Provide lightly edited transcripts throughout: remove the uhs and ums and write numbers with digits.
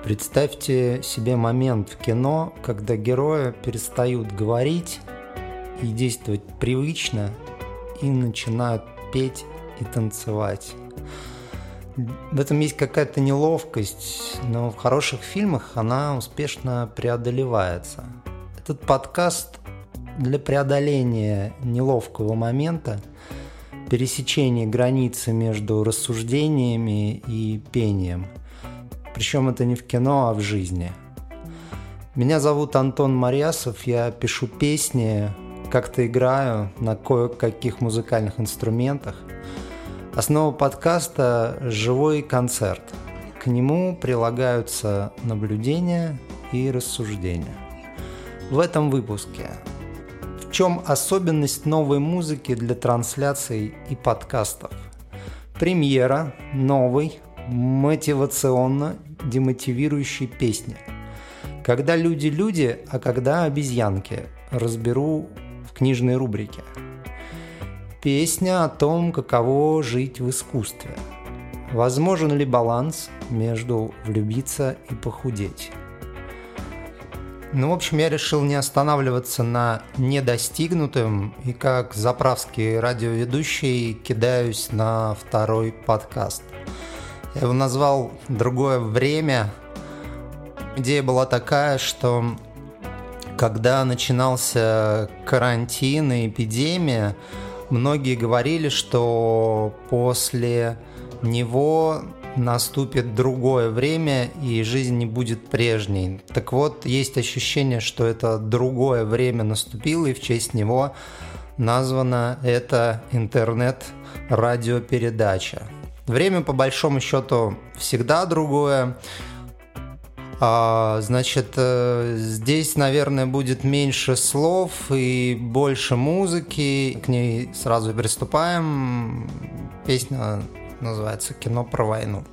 Представьте себе момент в кино, когда герои перестают говорить и действовать привычно и начинают петь и танцевать. В этом есть какая-то неловкость, но в хороших фильмах она успешно преодолевается. Этот подкаст для преодоления неловкого момента, пересечения границы между рассуждениями и пением. Причем это не в кино, а в жизни. Меня зовут Антон Марьясов, я пишу песни, как-то играю на кое-каких музыкальных инструментах. Основа подкаста – живой концерт. К нему прилагаются наблюдения и рассуждения. В этом выпуске в чем особенность новой музыки для трансляций и подкастов? Премьера новой мотивационно-демотивирующей песни. Когда люди, а когда обезьянки, разберу в книжной рубрике. Песня о том, каково жить в искусстве. Возможен ли баланс между влюбиться и похудеть? В общем, я решил не останавливаться на недостигнутом и как заправский радиоведущий кидаюсь на второй подкаст. Я его назвал «Другое время». Идея была такая, что когда начинался карантин и эпидемия, многие говорили, что после него наступит другое время и жизнь не будет прежней. Так вот, есть ощущение, что это другое время наступило, и в честь него названа эта интернет-радиопередача. Время, по большому счету, всегда другое. Значит, здесь, наверное, будет меньше слов и больше музыки. К ней сразу приступаем. Песня называется «Кино про войну».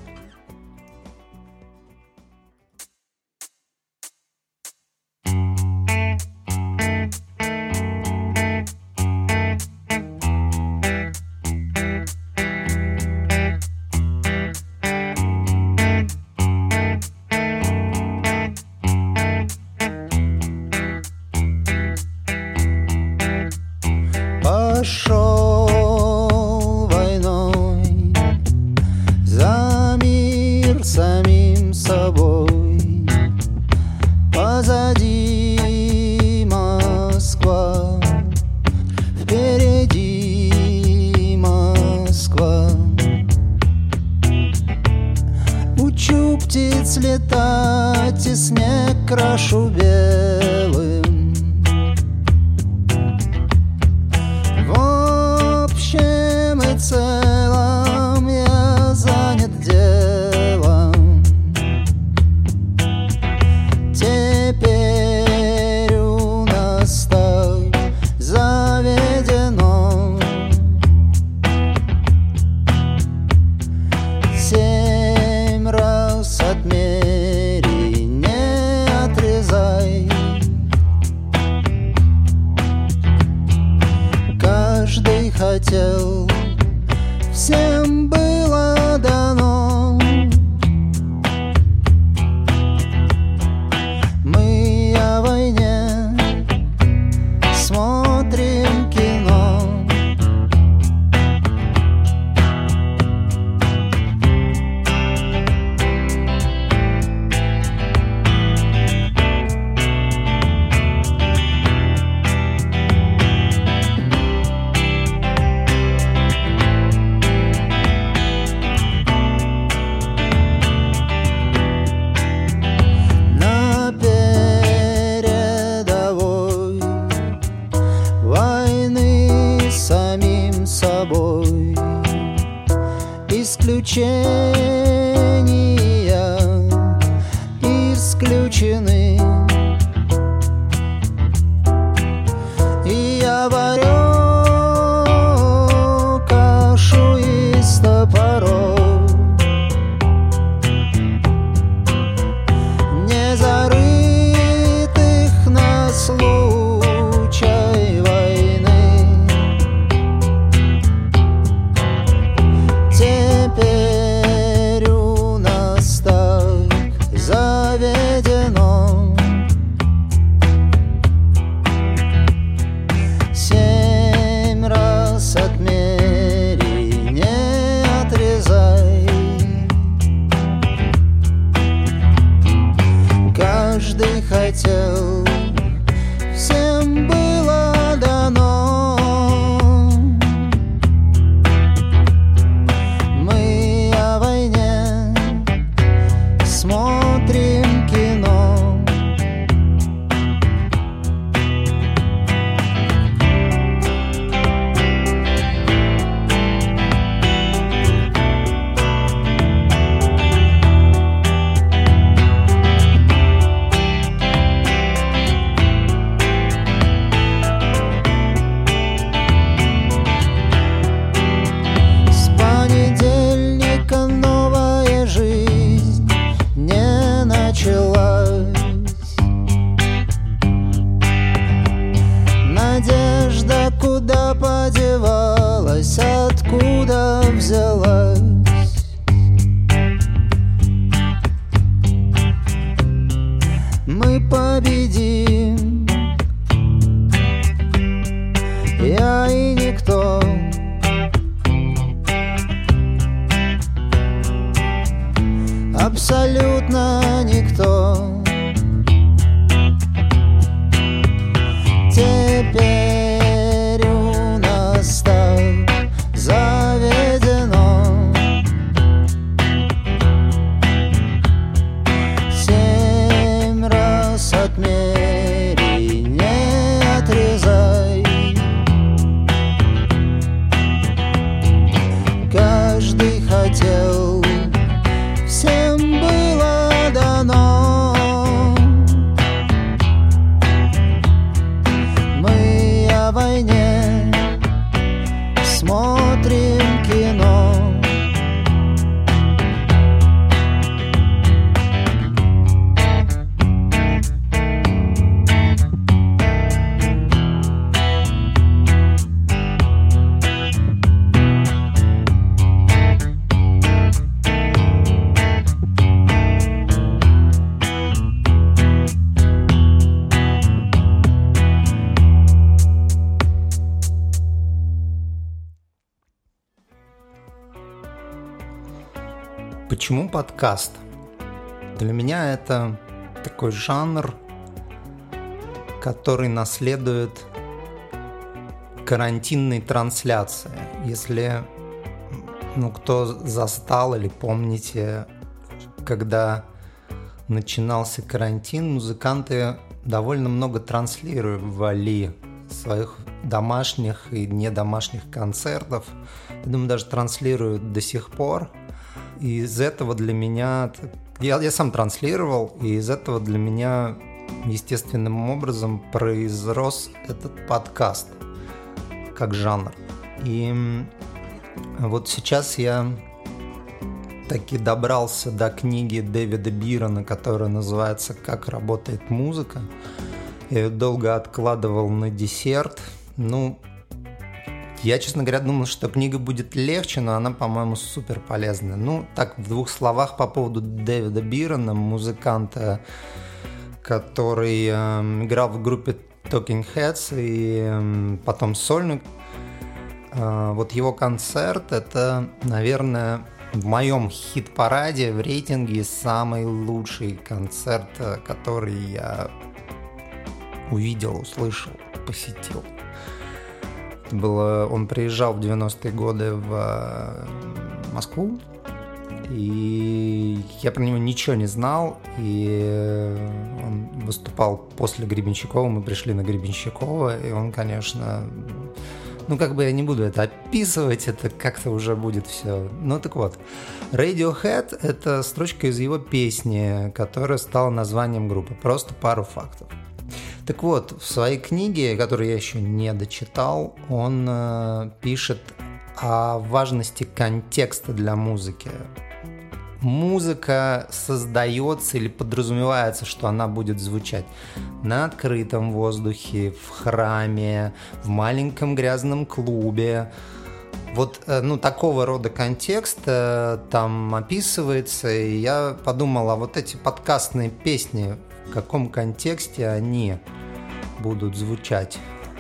Пошел войной за мир самим собой. Позади Москва, впереди Москва. Учу птиц летать и снег крашу белым. В целом я занят делом. Теперь у нас так заведено. 7 раз отмери, не отрезай. Каждый хотел, всем было дано. Мы о войне смотрим кино. Исключения исключены. И я варю кашу из топоров, не зарытых на случай войны. Теперь у нас так абсолютно никто. Теперь у нас так заведено. 7 раз отмери, не отрезай. Каждый хотел, всем было дано. Мы о войне смотрим кино. Почему подкаст? Для меня это такой жанр, который наследует карантинной трансляции. Если кто застал или помните, когда начинался карантин, музыканты довольно много транслировали своих домашних и недомашних концертов. Я думаю, даже транслируют до сих пор. И из этого для меня... Я сам транслировал, и из этого для меня естественным образом произрос этот подкаст как жанр. И вот сейчас я таки добрался до книги Дэвида Бирона, которая называется «Как работает музыка». Я ее долго откладывал на десерт. Я, честно говоря, думал, что книга будет легче, но она, по-моему, супер полезная. Так, в 2 словах по поводу Дэвида Бирона, музыканта, который играл в группе Talking Heads и потом сольник. Вот его концерт – это, наверное, в моем хит-параде, в рейтинге самый лучший концерт, который я увидел, услышал, посетил. Он приезжал в 90-е годы в Москву, и я про него ничего не знал, и он выступал после Гребенщикова, мы пришли на Гребенщикова, и он, конечно, я не буду это описывать, это как-то уже будет все. Так вот, Radiohead – это строчка из его песни, которая стала названием группы, просто пару фактов. Так вот, в своей книге, которую я еще не дочитал, он пишет о важности контекста для музыки. Музыка создается или подразумевается, что она будет звучать на открытом воздухе, в храме, в маленьком грязном клубе. Вот, такого рода контекст там описывается, и я подумал, а вот эти подкастные песни, в каком контексте они будут звучать.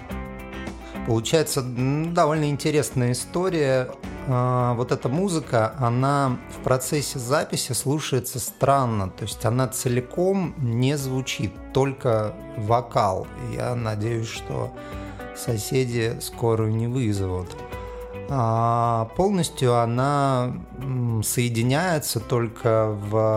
Получается довольно интересная история. Вот эта музыка, она в процессе записи слушается странно, то есть она целиком не звучит, только вокал. Я надеюсь, что соседи скорую не вызовут. Полностью она соединяется только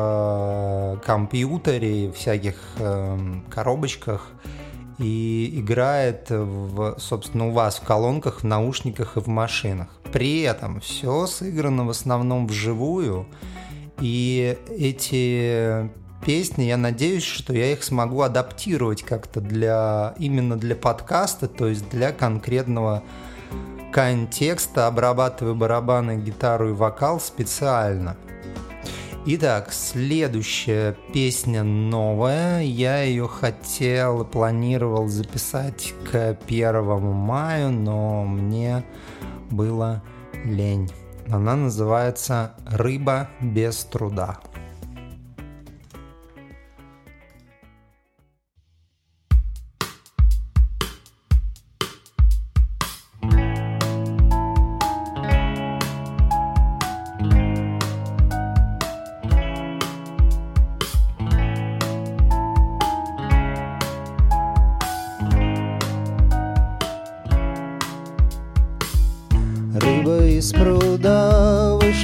в компьютере, в всяких коробочках и играет, собственно, у вас в колонках, в наушниках и в машинах. При этом все сыграно в основном вживую, и эти песни, я надеюсь, что я их смогу адаптировать как-то именно для подкаста, то есть для конкретного контекста, обрабатывая барабаны, гитару и вокал специально. Итак, следующая песня новая. Я ее хотел, планировал записать к 1 мая, но мне было лень. Она называется «Рыба без труда».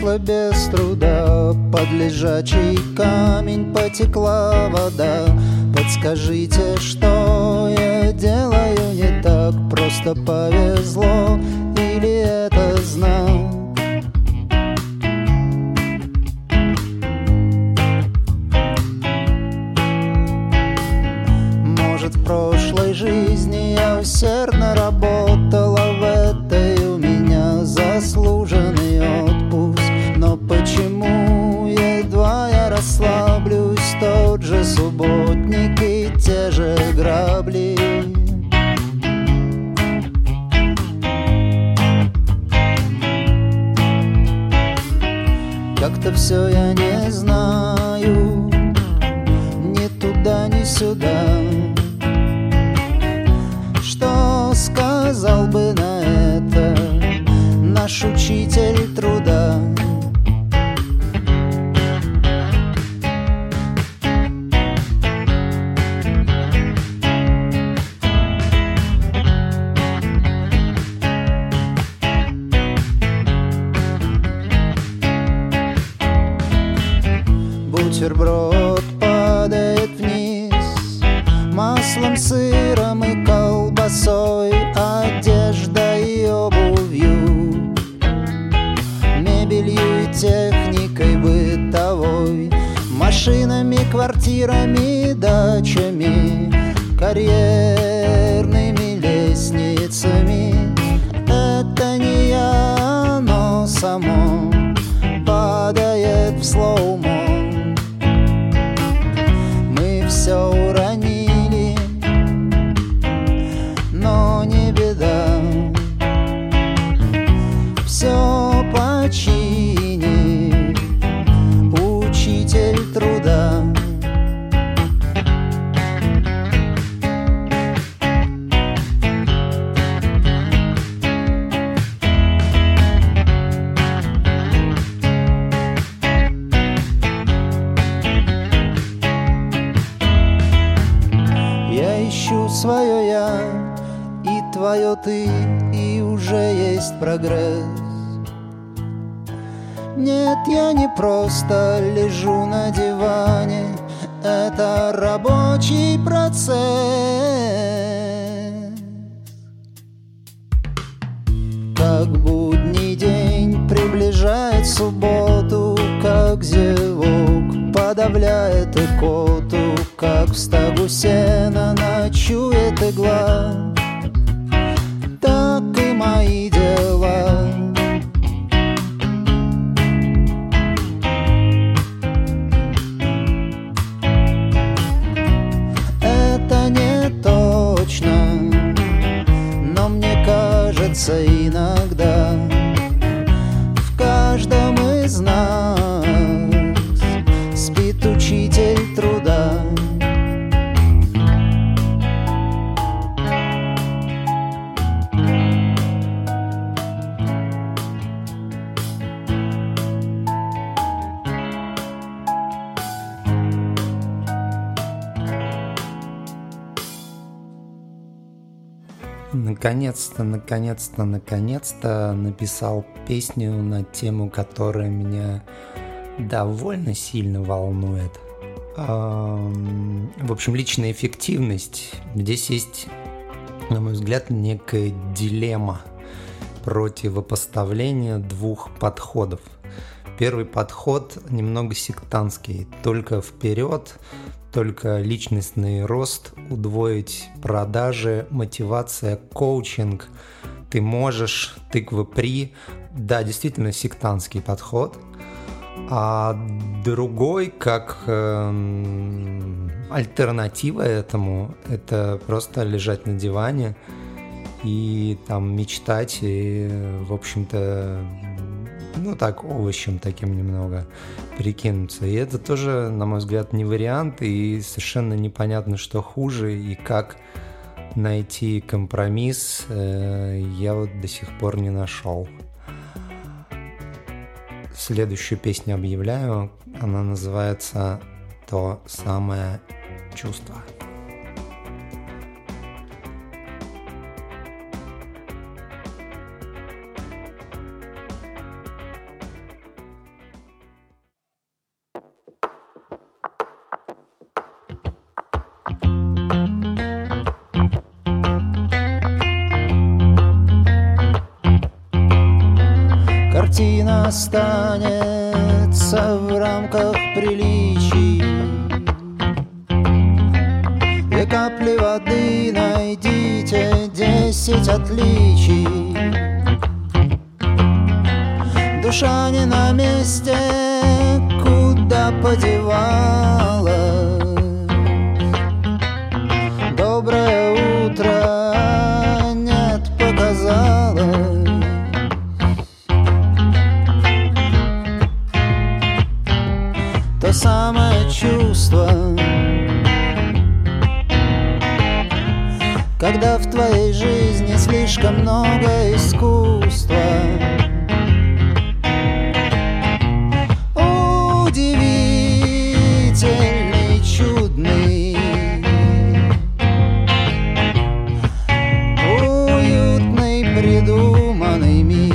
вышло без труда, под лежачий камень потекла вода. Подскажите, что я делаю не так? Просто повезло или это знак? Может, в прошлой жизни я усердно работала, в этой у меня заслуженный отпуск. Но почему едва я расслаблюсь, тот же субботник и те же грабли? Как-то все я не знаю, ни туда, ни сюда. Что сказал бы на это наш учитель труда? Бутерброд падает вниз маслом, сыром и колбасой, одежда и обувью, мебелью и техникой бытовой, машинами, квартирами, дачами, карьерными лестницами. Это не я, оно само падает в слоумо. Все уронили, но не беда, все починит учитель труда. Свое я и твое ты, и уже есть прогресс. Нет, я не просто лежу на диване, это рабочий процесс. Как будний день приближает субботу, как зевок подавляет икоту, как в стогу сена ночует игла, так и мои дела. Это не точно, но мне кажется иногда в каждом из нас спит учитель труда. Наконец-то написал песню на тему, которая меня довольно сильно волнует. В общем, личная эффективность. Здесь есть, на мой взгляд, некая дилемма противопоставления двух подходов. Первый подход немного сектантский, только вперед, только личностный рост, удвоить продажи, мотивация, коучинг, ты можешь, тыквы при. Да, действительно сектантский подход. А другой, как альтернатива этому, это просто лежать на диване и там мечтать, и, в общем-то, овощем таким немного прикинуться. И это тоже, на мой взгляд, не вариант, и совершенно непонятно, что хуже, и как найти компромисс, я вот до сих пор не нашел. Следующую песню объявляю, она называется «То самое чувство». останется в рамках приличий. Две капли воды, найдите 10 отличий. Душа не на месте, куда подевалась. Доброе утро нет, показалось. То самое чувство, когда в твоей жизни слишком много искусства. Удивительный, чудный, уютный, придуманный мир.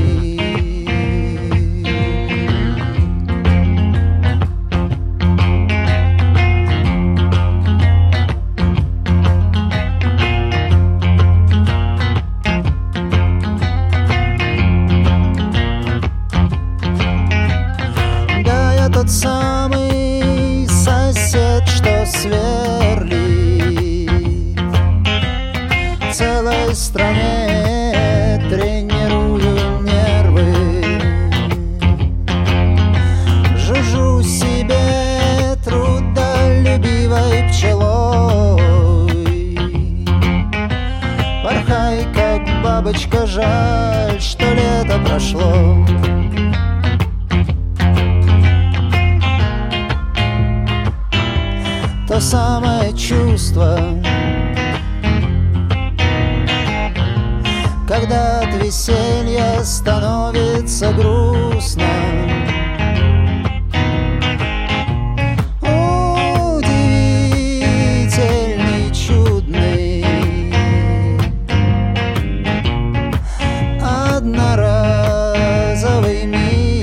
Тот самый сосед, что сверлит целой стране, тренирую нервы. Жужжу себе трудолюбивой пчелой. Порхай, как бабочка, жаль, что лето прошло. То самое чувство, когда от веселья становится грустно. Удивительный, чудный, одноразовый мир.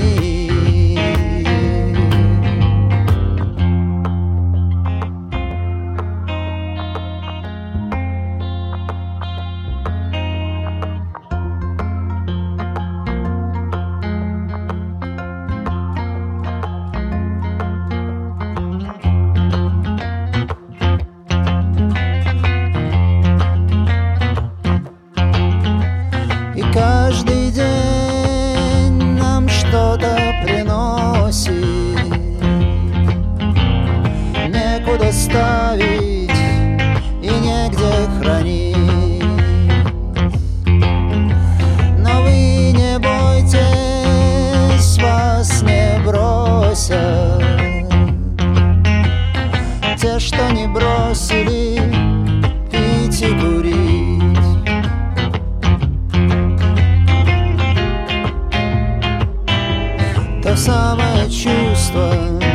Каждый день нам что-то приносит, некуда ставить и негде хранить. Но вы не бойтесь, вас не бросят те, что не бросили пить и курить. То самое чувство,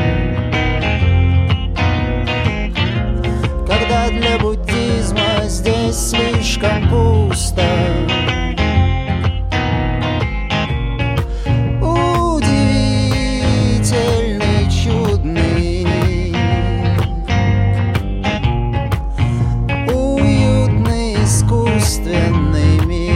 когда для буддизма здесь слишком пусто. Удивительный, чудный, уютный, искусственный мир.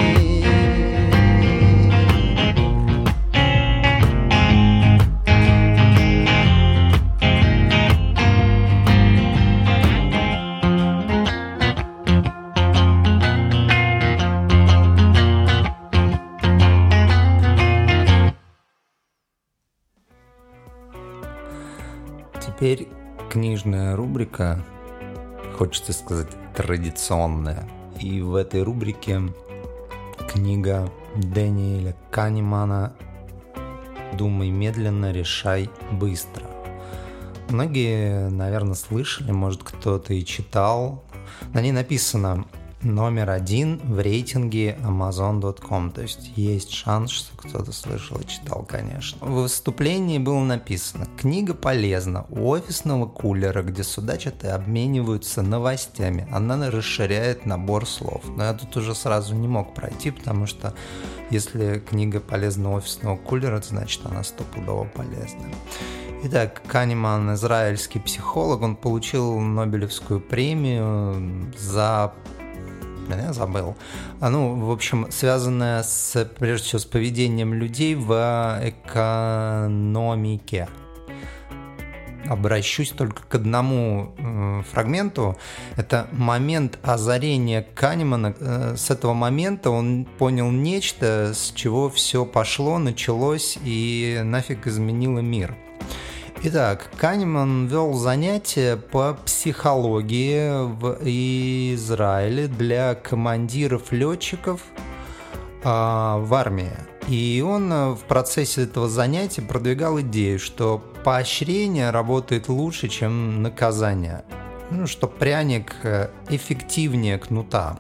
Теперь книжная рубрика, хочется сказать, традиционная. И в этой рубрике книга Дэниеля Канемана «Думай медленно, решай быстро». Многие, наверное, слышали, может, кто-то и читал. На ней написано номер 1 в рейтинге Amazon.com. То есть шанс, что кто-то слышал и читал, конечно. В выступлении было написано: книга полезна у офисного кулера, где судачат и обмениваются новостями. Она расширяет набор слов. Но я тут уже сразу не мог пройти, потому что если книга полезна у офисного кулера, это значит, она стопудово полезна. Итак, Канеман, израильский психолог, он получил Нобелевскую премию за я забыл. В общем, связанное прежде всего с поведением людей в экономике. Обращусь только к одному фрагменту. Это момент озарения Канемана. С этого момента он понял нечто, с чего все пошло, началось и нафиг изменило мир. Итак, Канеман вел занятия по психологии в Израиле для командиров-летчиков в армии. И он в процессе этого занятия продвигал идею, что поощрение работает лучше, чем наказание. Что пряник эффективнее кнута.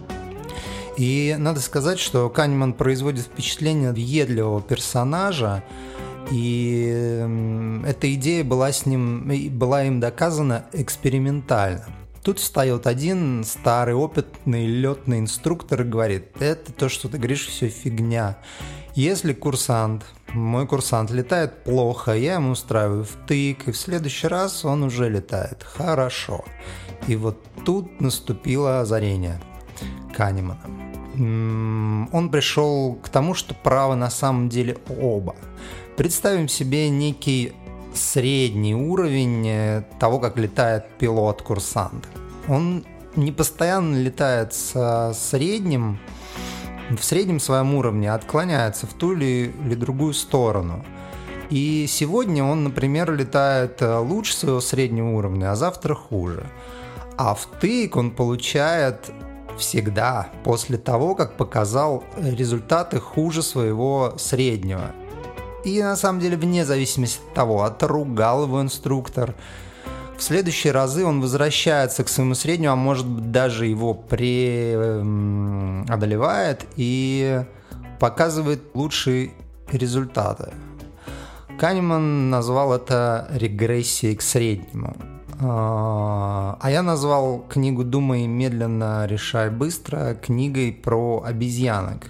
И надо сказать, что Канеман производит впечатление въедливого персонажа, и эта идея была им доказана экспериментально. Тут встает один старый опытный летный инструктор и говорит: это то, что ты говоришь, все фигня. Если мой курсант летает плохо, я ему устраиваю втык, и в следующий раз он уже летает хорошо. И вот тут наступило озарение Канемана. Он пришел к тому, что правы на самом деле оба. Представим себе некий средний уровень того, как летает пилот-курсант. Он не постоянно летает в среднем своем уровне, а отклоняется в ту или другую сторону. И сегодня он, например, летает лучше своего среднего уровня, а завтра хуже. А втык он получает всегда после того, как показал результаты хуже своего среднего. И на самом деле, вне зависимости от того, отругал его инструктор, в следующие разы он возвращается к своему среднему, а может быть даже его преодолевает и показывает лучшие результаты. Канеман назвал это регрессией к среднему. А я назвал книгу «Думай медленно, решай быстро» книгой про обезьянок.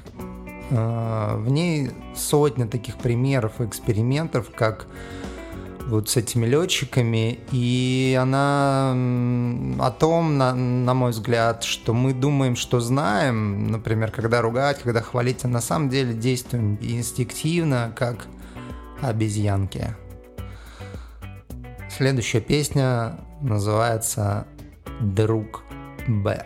В ней сотня таких примеров и экспериментов, как вот с этими летчиками, и она о том, на мой взгляд, что мы думаем, что знаем, например, когда ругать, когда хвалить, а на самом деле действуем инстинктивно, как обезьянки. Следующая песня называется «Друг Б».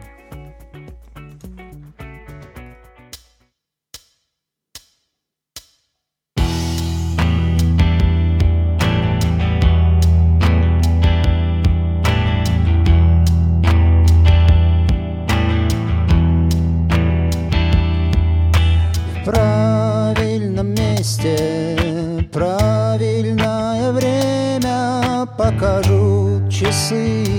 Правильное время покажут часы.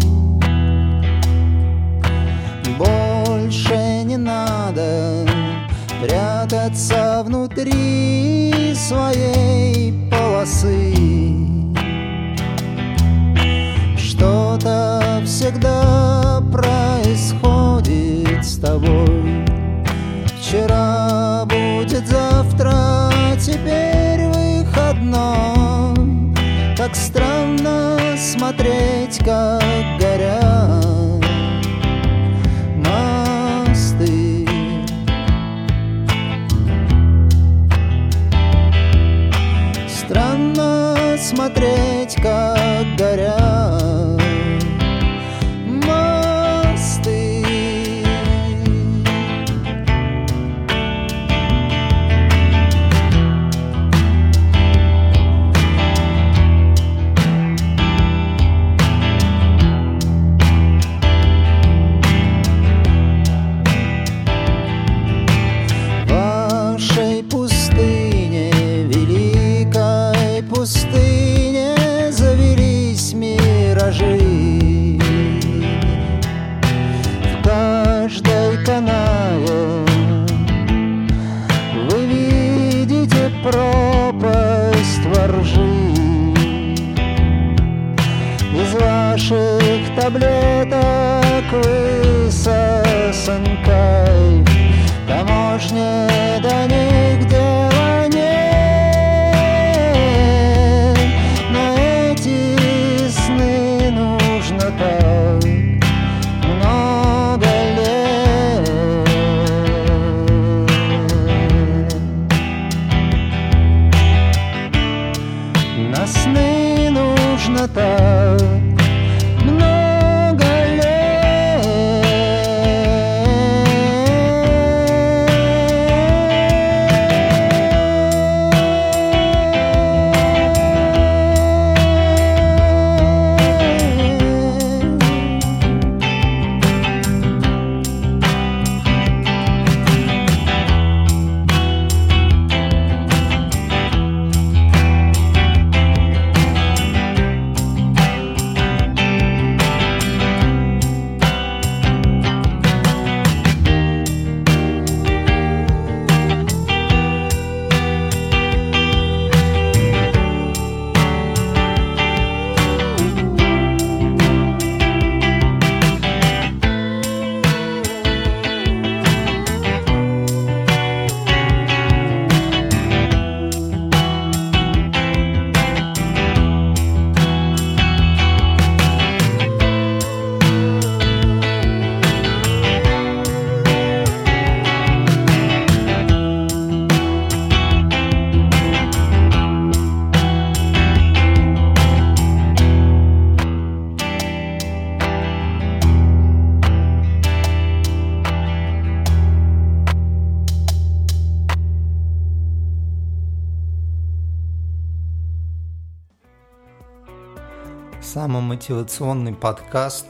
Больше не надо прятаться внутри своей полосы. Что-то всегда происходит с тобой. Вчера будет завтра, теперь выходной. Так странно смотреть, как горят мосты. Странно смотреть, как горят мосты. Пустыне завелись миражи. В каждой канаве вы видите пропасть во ржи. Из ваших таблеток высосан кайф. Таможне до них дела нет. Много лет. на сны нужно так много лет. Самомотивационный подкаст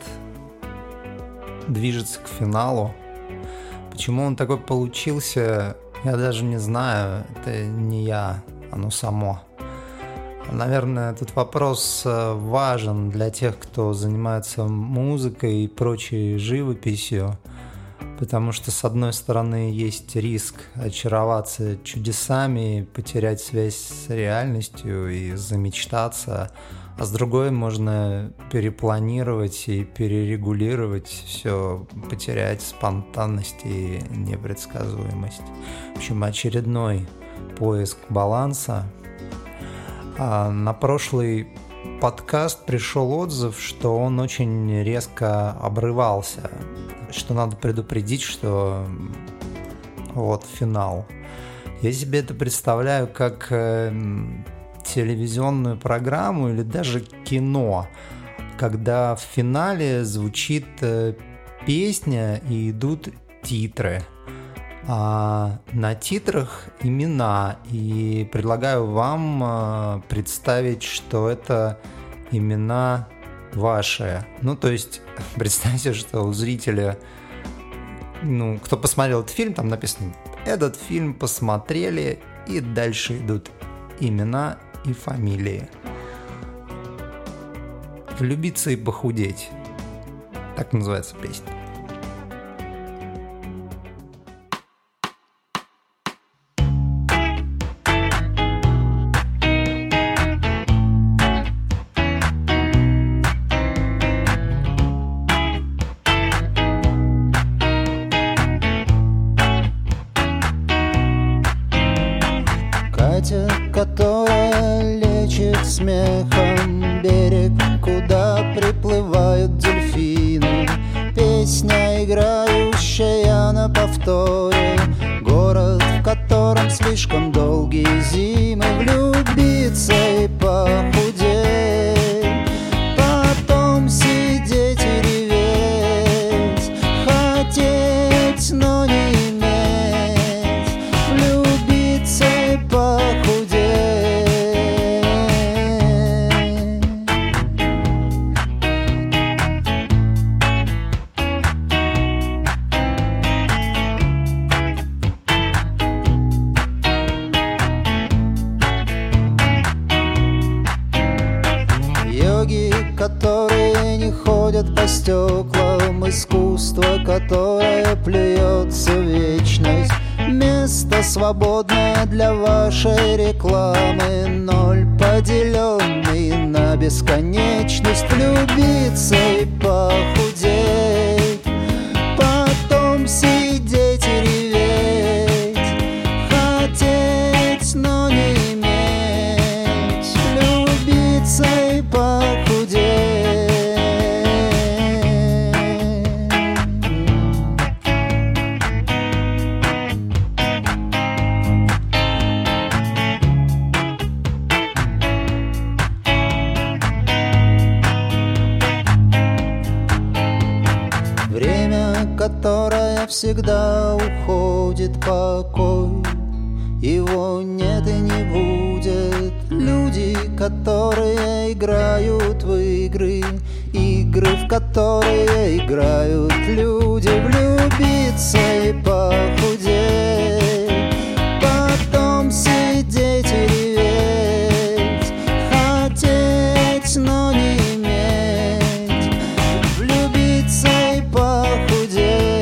движется к финалу. Почему он такой получился, я даже не знаю. Это не я, оно само. Наверное, этот вопрос важен для тех, кто занимается музыкой и прочей живописью, потому что, с одной стороны, есть риск очароваться чудесами, потерять связь с реальностью и замечтаться, а с другой можно перепланировать и перерегулировать все, потерять спонтанность и непредсказуемость. В общем, очередной поиск баланса. На прошлый подкаст пришел отзыв, что он очень резко обрывался, что надо предупредить, что вот финал. Я себе это представляю как телевизионную программу или даже кино, когда в финале звучит песня и идут титры, а на титрах имена, и предлагаю вам представить, что это имена ваши. Ну, то есть, представьте, что у зрителя, кто посмотрел этот фильм, там написано: этот фильм посмотрели, и дальше идут имена и фамилии. Влюбиться и похудеть. Так называется песня. Катя, которая лечит смехом берег, куда приплывают дельфины. Песня, играющая на повторе. Город, в котором слишком долгие зимы. Влюбиться и похудеть, потом сидеть и реветь, хотеть, но не иметь. Влюбиться и похудеть. Йоги, которые не ходят по стеклам, искусство, которое плюется в вечность. Место свободное для вашей рекламы, ноль, поделенный на бесконечность. Влюбиться и похудеть, потом сидеть и реветь, хотеть, но не иметь. Влюбиться и похудеть. навсегда уходит покой. Его нет и не будет. Люди, которые играют в игры, игры, в которые играют люди. Влюбиться и похудеть, потом сидеть и реветь, хотеть, но не иметь. Влюбиться и похудеть.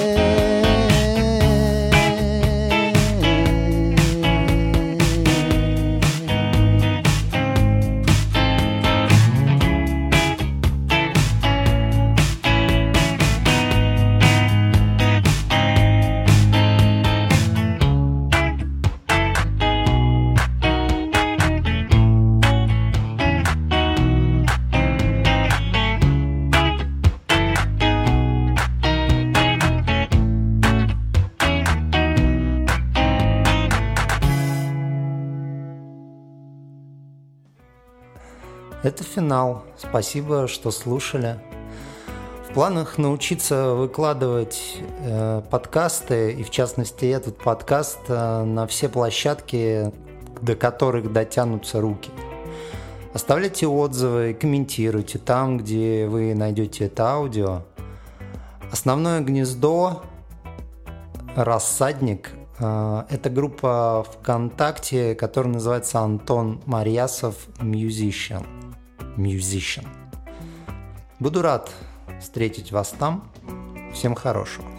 Это финал. Спасибо, что слушали. В планах научиться выкладывать подкасты, и в частности этот подкаст, на все площадки, до которых дотянутся руки. Оставляйте отзывы, комментируйте там, где вы найдете это аудио. Основное гнездо, рассадник, это группа ВКонтакте, которая называется Антон Марьясов Musician. Буду рад встретить вас там. Всем хорошего.